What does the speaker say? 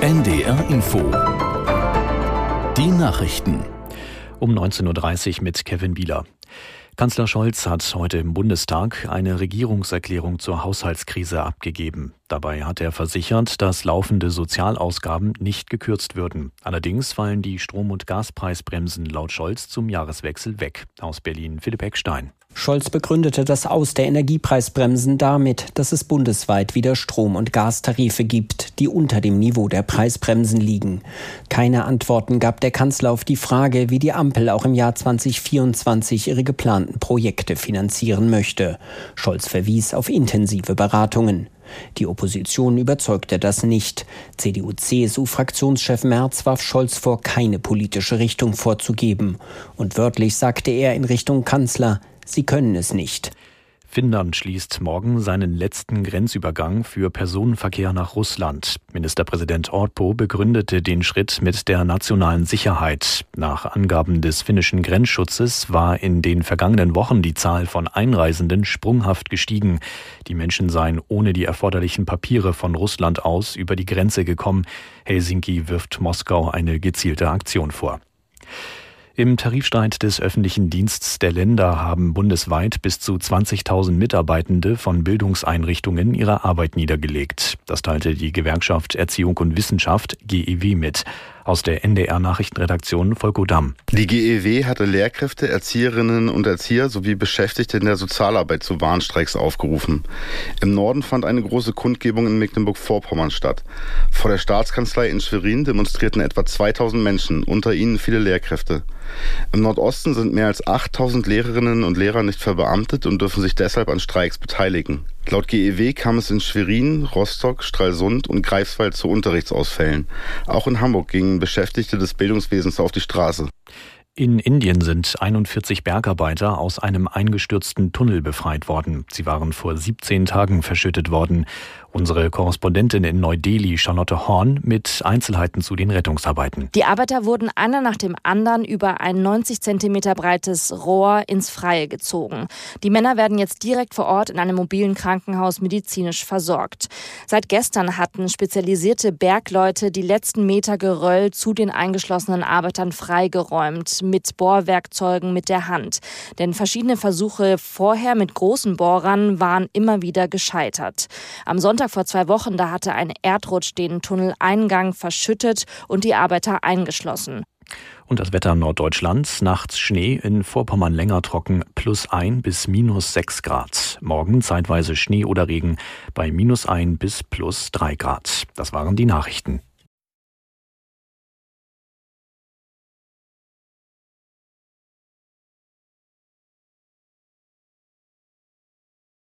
NDR Info. Die Nachrichten. Um 19.30 Uhr mit Kevin Bieler. Kanzler Scholz hat heute im Bundestag eine Regierungserklärung zur Haushaltskrise abgegeben. Dabei hat er versichert, dass laufende Sozialausgaben nicht gekürzt würden. Allerdings fallen die Strom- und Gaspreisbremsen laut Scholz zum Jahreswechsel weg. Aus Berlin Philipp Eckstein. Scholz begründete das Aus der Energiepreisbremsen damit, dass es bundesweit wieder Strom- und Gastarife gibt, die unter dem Niveau der Preisbremsen liegen. Keine Antworten gab der Kanzler auf die Frage, wie die Ampel auch im Jahr 2024 ihre geplanten Projekte finanzieren möchte. Scholz verwies auf intensive Beratungen. Die Opposition überzeugte das nicht. CDU-CSU-Fraktionschef Merz warf Scholz vor, keine politische Richtung vorzugeben. Und wörtlich sagte er in Richtung Kanzler: Sie können es nicht. Finnland schließt morgen seinen letzten Grenzübergang für Personenverkehr nach Russland. Ministerpräsident Orpo begründete den Schritt mit der nationalen Sicherheit. Nach Angaben des finnischen Grenzschutzes war in den vergangenen Wochen die Zahl von Einreisenden sprunghaft gestiegen. Die Menschen seien ohne die erforderlichen Papiere von Russland aus über die Grenze gekommen. Helsinki wirft Moskau eine gezielte Aktion vor. Im Tarifstreit des öffentlichen Dienstes der Länder haben bundesweit bis zu 20.000 Mitarbeitende von Bildungseinrichtungen ihre Arbeit niedergelegt. Das teilte die Gewerkschaft Erziehung und Wissenschaft GEW mit. Aus der NDR-Nachrichtenredaktion Volko Damm. Die GEW hatte Lehrkräfte, Erzieherinnen und Erzieher sowie Beschäftigte in der Sozialarbeit zu Warnstreiks aufgerufen. Im Norden fand eine große Kundgebung in Mecklenburg-Vorpommern statt. Vor der Staatskanzlei in Schwerin demonstrierten etwa 2.000 Menschen, unter ihnen viele Lehrkräfte. Im Nordosten sind mehr als 8.000 Lehrerinnen und Lehrer nicht verbeamtet und dürfen sich deshalb an Streiks beteiligen. Laut GEW kam es in Schwerin, Rostock, Stralsund und Greifswald zu Unterrichtsausfällen. Auch in Hamburg gingen Beschäftigte des Bildungswesens auf die Straße. In Indien sind 41 Bergarbeiter aus einem eingestürzten Tunnel befreit worden. Sie waren vor 17 Tagen verschüttet worden. Unsere Korrespondentin in Neu-Delhi, Charlotte Horn, mit Einzelheiten zu den Rettungsarbeiten. Die Arbeiter wurden einer nach dem anderen über ein 90 Zentimeter breites Rohr ins Freie gezogen. Die Männer werden jetzt direkt vor Ort in einem mobilen Krankenhaus medizinisch versorgt. Seit gestern hatten spezialisierte Bergleute die letzten Meter Geröll zu den eingeschlossenen Arbeitern freigeräumt, mit Bohrwerkzeugen mit der Hand. Denn verschiedene Versuche vorher mit großen Bohrern waren immer wieder gescheitert. Am Sonntag vor 2 Wochen, da hatte ein Erdrutsch den Tunneleingang verschüttet und die Arbeiter eingeschlossen. Und das Wetter Norddeutschlands: nachts Schnee, in Vorpommern länger trocken, +1 bis -6 Grad. Morgen zeitweise Schnee oder Regen bei -1 bis +3 Grad. Das waren die Nachrichten.